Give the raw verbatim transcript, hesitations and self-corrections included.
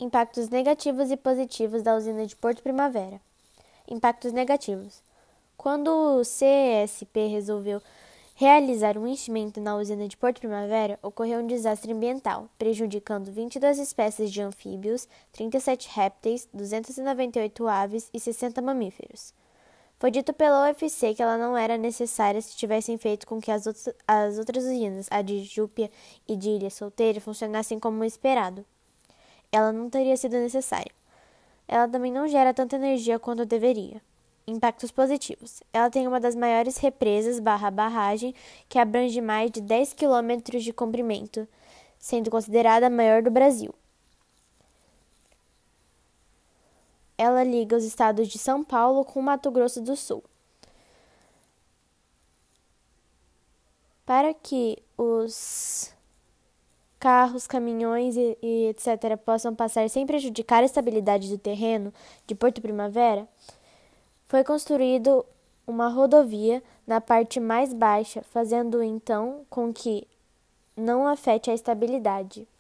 Impactos negativos e positivos da usina de Porto Primavera. Impactos negativos. Quando o C S P resolveu realizar um enchimento na usina de Porto Primavera, ocorreu um desastre ambiental, prejudicando vinte e duas espécies de anfíbios, trinta e sete répteis, duzentas e noventa e oito aves e sessenta mamíferos. Foi dito pela U F C que ela não era necessária se tivessem feito com que as, outras, as outras usinas, a de Júpia e de Ilha Solteira, funcionassem como esperado. Ela não teria sido necessária. Ela também não gera tanta energia quanto deveria. Impactos positivos. Ela tem uma das maiores represas barra barragem, que abrange mais de dez quilômetros de comprimento, sendo considerada a maior do Brasil. Ela liga os estados de São Paulo com Mato Grosso do Sul. Para que os carros, caminhões e, e etcétera possam passar sem prejudicar a estabilidade do terreno de Porto Primavera, foi construído uma rodovia na parte mais baixa, fazendo então com que não afete a estabilidade.